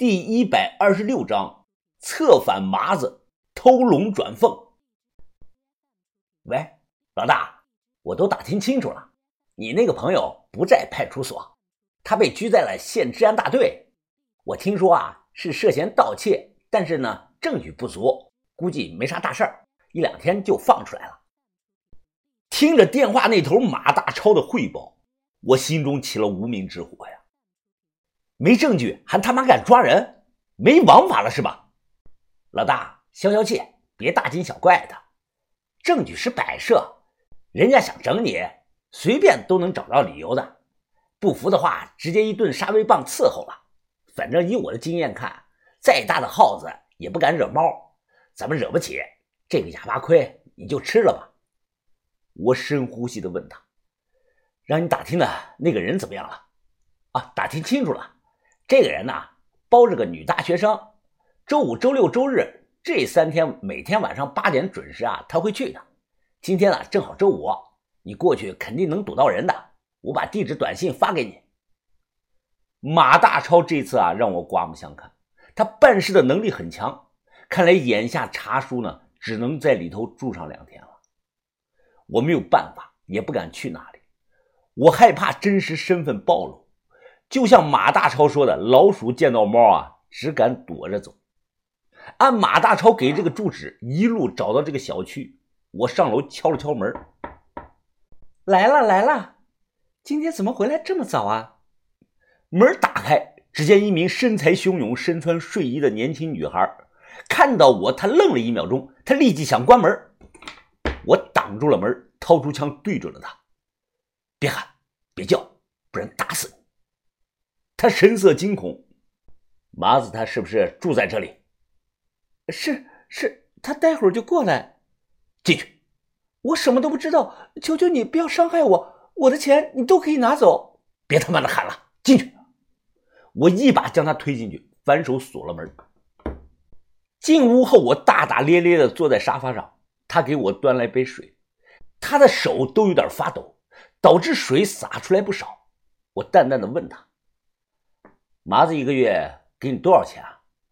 第126章策反麻子，偷龙转凤。喂，老大，我都打听清楚了，你那个朋友不在派出所，他被拘在了县治安大队。我听说是涉嫌盗窃，但是呢证据不足，估计没啥大事儿，1-2天就放出来了。听着电话那头马大超的汇报，我心中起了无名之火呀。没证据还他妈敢抓人，没王法了是吧？老大，消消气，别大惊小怪的。证据是摆设，人家想整你，随便都能找到理由的。不服的话，直接一顿杀威棒伺候了。反正以我的经验看，再大的耗子也不敢惹猫，咱们惹不起，这个哑巴亏你就吃了吧。我深呼吸地问他，让你打听的那个人怎么样了？打听清楚了。这个人包着个女大学生，周五、周六、周日这3天每天晚上8点准时他会去的。今天正好周五，你过去肯定能堵到人的，我把地址短信发给你。马大超这次让我刮目相看，他办事的能力很强，看来眼下查书只能在里头住上2天了。我没有办法，也不敢去那里，我害怕真实身份暴露。就像马大超说的，老鼠见到猫只敢躲着走。按马大超给这个住址，一路找到这个小区，我上楼敲了敲门。 来了，今天怎么回来这么早啊？ 门打开，只见一名身材汹涌、身穿睡衣的年轻女孩，看到我，她愣了1秒钟，她立即想关门，我挡住了门，掏出枪对准了她。别喊，别叫，不然打死你。他神色惊恐，麻子他是不是住在这里？ 是，他待会儿就过来。 进去。 我什么都不知道，求求你不要伤害我，我的钱你都可以拿走。 别他妈的喊了，进去。我一把将他推进去，反手锁了门。进屋后，我大大咧咧地坐在沙发上，他给我端来杯水，他的手都有点发抖，导致水洒出来不少。我淡淡地问他，麻子1个月给你多少钱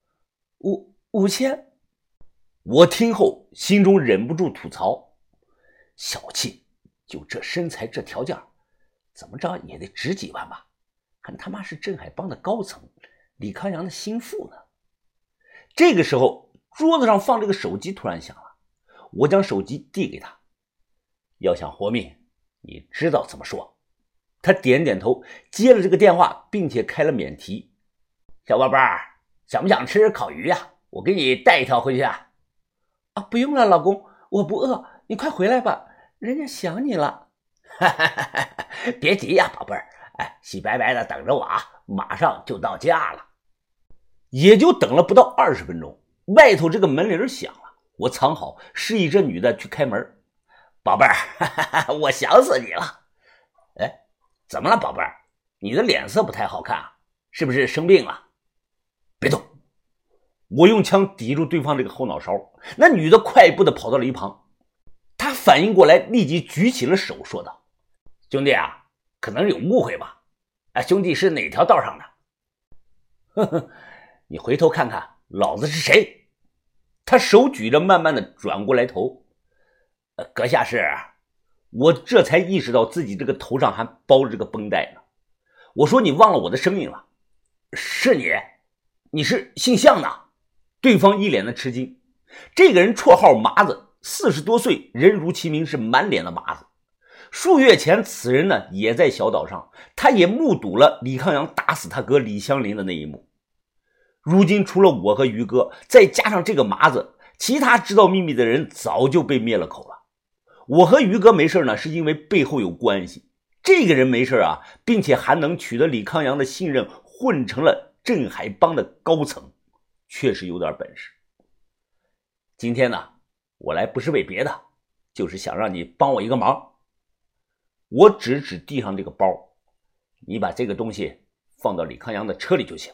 ？5000。 我听后心中忍不住吐槽，小气，就这身材这条件，怎么着也得值几万吧，还他妈是镇海帮的高层，李康阳的心腹呢。这个时候桌子上放这个手机突然响了，我将手机递给他，要想活命，你知道怎么说。他点点头，接了这个电话，并且开了免提。小宝贝儿，想不想吃烤鱼呀？我给你带1条回去不用了，老公，我不饿，你快回来吧，人家想你了。 别急呀，宝贝儿，洗白白的等着我马上就到家了。也就等了不到20分钟，外头这个门铃响了，我藏好，示意这女的去开门。宝贝儿，我想死你了。怎么了，宝贝儿？你的脸色不太好看是不是生病了？别动！我用枪抵住对方这个后脑勺，那女的快步的跑到了一旁。她反应过来，立即举起了手，说道：兄弟可能有误会吧？兄弟是哪条道上的？呵呵，你回头看看老子是谁？他手举着，慢慢的转过来头。阁下是？我这才意识到自己这个头上还包着这个绷带呢。我说你忘了我的声音了？是你？你是姓向的？对方一脸的吃惊。这个人绰号麻子，40多岁，人如其名，是满脸的麻子。数月前此人也在小岛上，他也目睹了李康阳打死他哥李香林的那一幕。如今除了我和于哥，再加上这个麻子，其他知道秘密的人早就被灭了口了。我和于哥没事是因为背后有关系，这个人没事并且还能取得李康阳的信任，混成了镇海帮的高层，确实有点本事。今天我来不是为别的，就是想让你帮我一个忙。我指指地上这个包，你把这个东西放到李康阳的车里就行。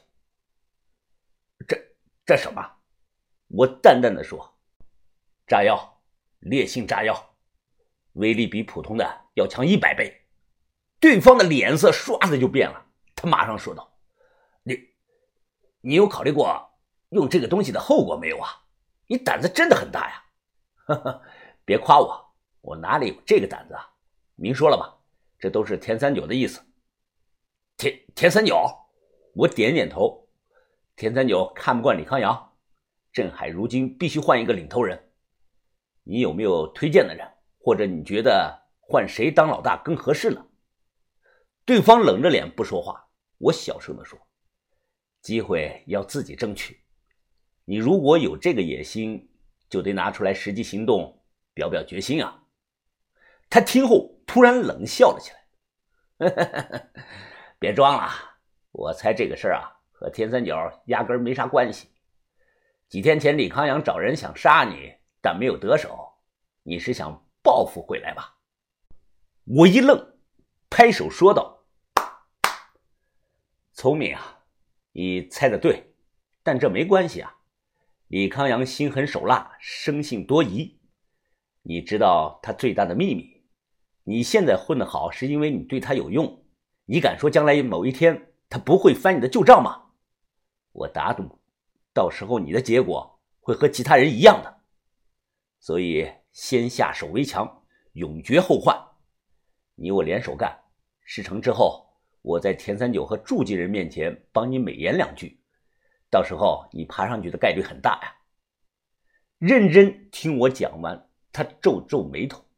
这什么？我淡淡的说，炸药，烈性炸药，威力比普通的要强100倍。对方的脸色唰的就变了，他马上说道： 你有考虑过用这个东西的后果没有啊？你胆子真的很大呀！呵呵，别夸我，我哪里有这个胆子啊？明说了吧，这都是田三九的意思。田三九，我点点头。田三九看不惯李康阳，镇海如今必须换一个领头人。你有没有推荐的人，或者你觉得换谁当老大更合适呢？对方冷着脸不说话，我小声地说：机会要自己争取，你如果有这个野心，就得拿出来实际行动，表表决心啊。他听后突然冷笑了起来。别装了，我猜这个事儿啊和田三角压根没啥关系。几天前李康阳找人想杀你，但没有得手，你是想报复回来吧？我一愣，拍手说道：聪明啊，你猜得对，但这没关系啊。李康阳心狠手辣，生性多疑。你知道他最大的秘密，你现在混得好是因为你对他有用，你敢说将来某一天他不会翻你的旧账吗？我打赌，到时候你的结果会和其他人一样的。所以先下手为强，永绝后患。你我联手干，事成之后，我在田三九和驻记人面前帮你美言两句，到时候你爬上去的概率很大呀。认真听我讲完，他皱皱眉头。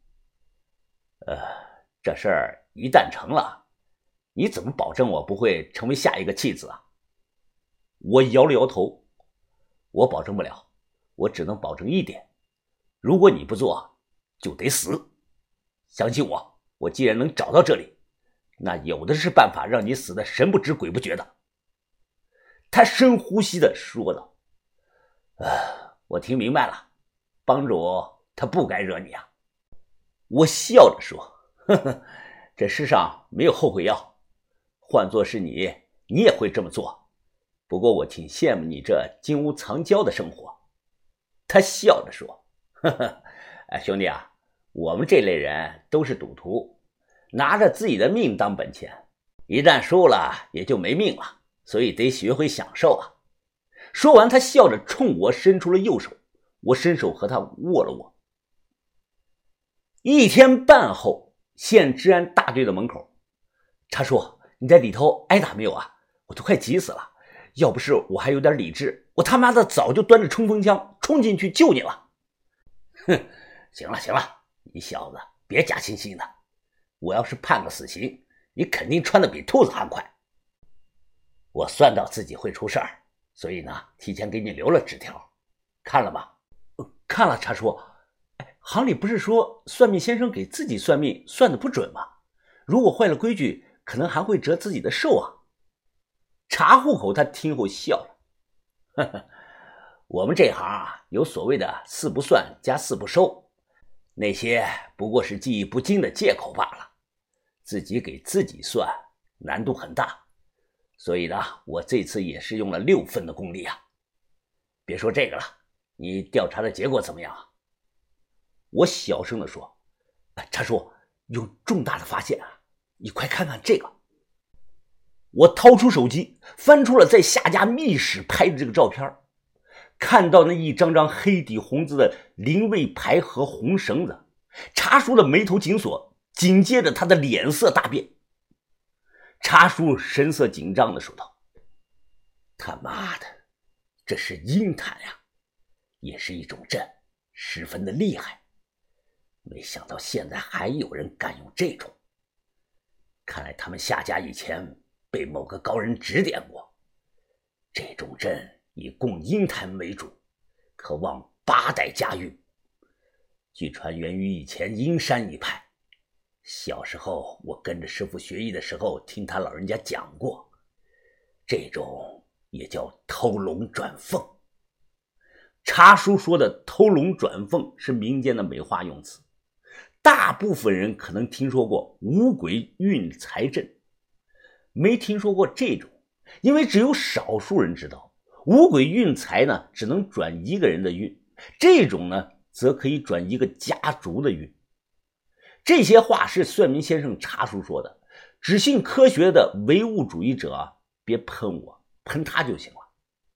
这事儿一旦成了，你怎么保证我不会成为下一个弃子啊？我摇了摇头，我保证不了，我只能保证一点，如果你不做，就得死。相信我，我既然能找到这里，那有的是办法让你死得神不知鬼不觉的。他深呼吸地说道：我听明白了，帮主他不该惹你啊。我笑着说：呵呵，这世上没有后悔药，换作是你，你也会这么做。不过我挺羡慕你这金屋藏娇的生活。他笑着说：呵呵，兄弟啊，我们这类人都是赌徒，拿着自己的命当本钱，一旦输了也就没命了，所以得学会享受啊。说完，他笑着冲我伸出了右手，我伸手和他握了握。1天半后，县治安大队的门口，他说：你在里头挨打没有啊？我都快急死了，要不是我还有点理智，我他妈的早就端着冲锋枪冲进去救你了。哼，行了行了，你小子别假惺惺的，我要是判个死刑，你肯定穿得比兔子还快。我算到自己会出事儿，所以呢，提前给你留了纸条，看了吧？看了，查叔。行里不是说算命先生给自己算命算得不准吗？如果坏了规矩，可能还会折自己的寿啊。查户口他听后笑了，呵呵，我们这行啊，有所谓的4不算加4不收，那些不过是记忆不精的借口罢了，自己给自己算难度很大，所以呢，我这次也是用了6分的功力啊。别说这个了，你调查的结果怎么样啊？我小声地说：查叔，有重大的发现啊，你快看看这个。我掏出手机，翻出了在夏家密室拍的这个照片，看到那一张张黑底红字的灵位牌和红绳子，查叔的眉头紧锁，紧接着他的脸色大变。查叔神色紧张地说道：他妈的，这是阴坛呀，也是一种阵，十分的厉害，没想到现在还有人敢用这种，看来他们夏家以前被某个高人指点过，这种阵以供阴坛为主，可望8代家运。据传源于以前阴山一派，小时候我跟着师父学艺的时候，听他老人家讲过，这种也叫偷龙转凤。查叔说的偷龙转凤是民间的美化用词，大部分人可能听说过五鬼运财阵，没听说过这种，因为只有少数人知道，五鬼运财呢只能转一个人的运，这种呢则可以转一个家族的运。这些话是算命先生查叔说的，只信科学的唯物主义者别喷我，喷他就行了。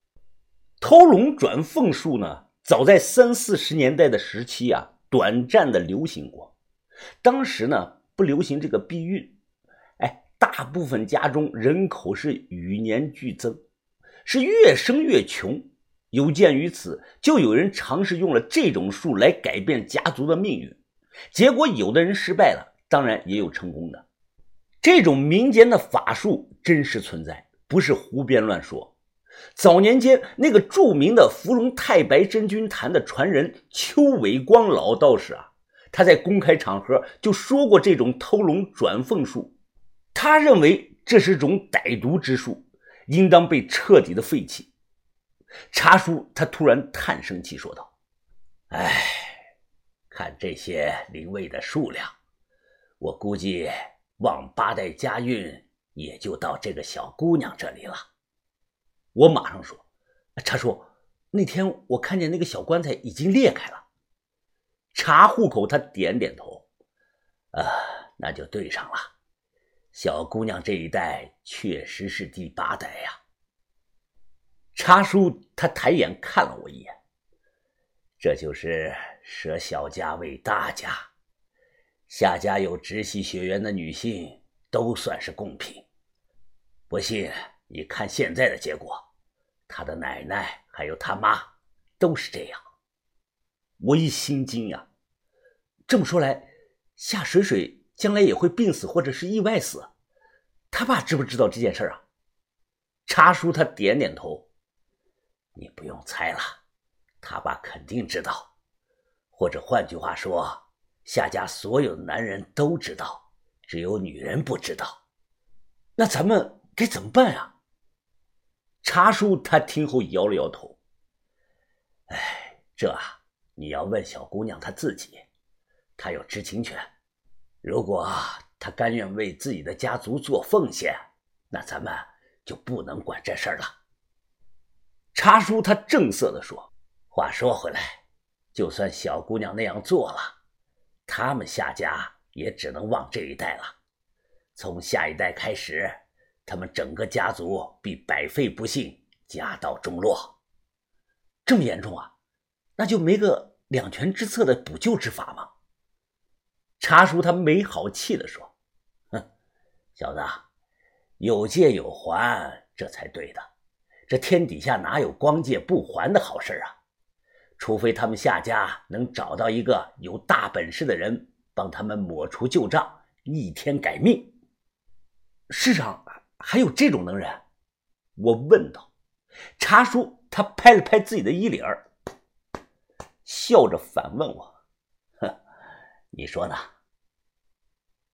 偷龙转凤术呢，早在30-40年代的时期啊，短暂的流行过。当时呢，不流行这个避孕，大部分家中人口是与年俱增，是越生越穷。有鉴于此，就有人尝试用了这种术来改变家族的命运。结果有的人失败了，当然也有成功的。这种民间的法术真实存在，不是胡编乱说。早年间那个著名的芙蓉太白真君坛的传人邱伟光老道士啊，他在公开场合就说过这种偷龙转凤术，他认为这是种歹毒之术，应当被彻底的废弃。茶叔他突然叹声气说道：看这些灵位的数量，我估计望8代家运也就到这个小姑娘这里了。我马上说：茶叔，那天我看见那个小棺材已经裂开了。茶户口他点点头：那就对上了，小姑娘这一代确实是第8代呀。茶叔他抬眼看了我一眼：这就是舍小家为大家，夏家有直系血缘的女性都算是贡品。不信你看现在的结果，他的奶奶还有他妈都是这样。我一心惊呀，这么说来，夏水水将来也会病死或者是意外死，他爸知不知道这件事啊？茶叔他点点头：你不用猜了，他爸肯定知道，或者换句话说，夏家所有的男人都知道，只有女人不知道。那咱们该怎么办啊？茶叔他听后摇了摇头：这你要问小姑娘她自己，她有知情权。如果她甘愿为自己的家族做奉献，那咱们就不能管这事儿了。茶叔他正色地说：话说回来，就算小姑娘那样做了，他们夏家也只能望这一代了。从下一代开始，他们整个家族必百废不兴，家道中落。这么严重啊？那就没个两全之策的补救之法吗？茶叔他没好气地说：小子，有借有还，这才对的。这天底下哪有光借不还的好事啊？除非他们夏家能找到一个有大本事的人，帮他们抹除旧账，逆天改命。世上还有这种能人？我问道。茶叔他拍了拍自己的衣领，笑着反问我：你说呢？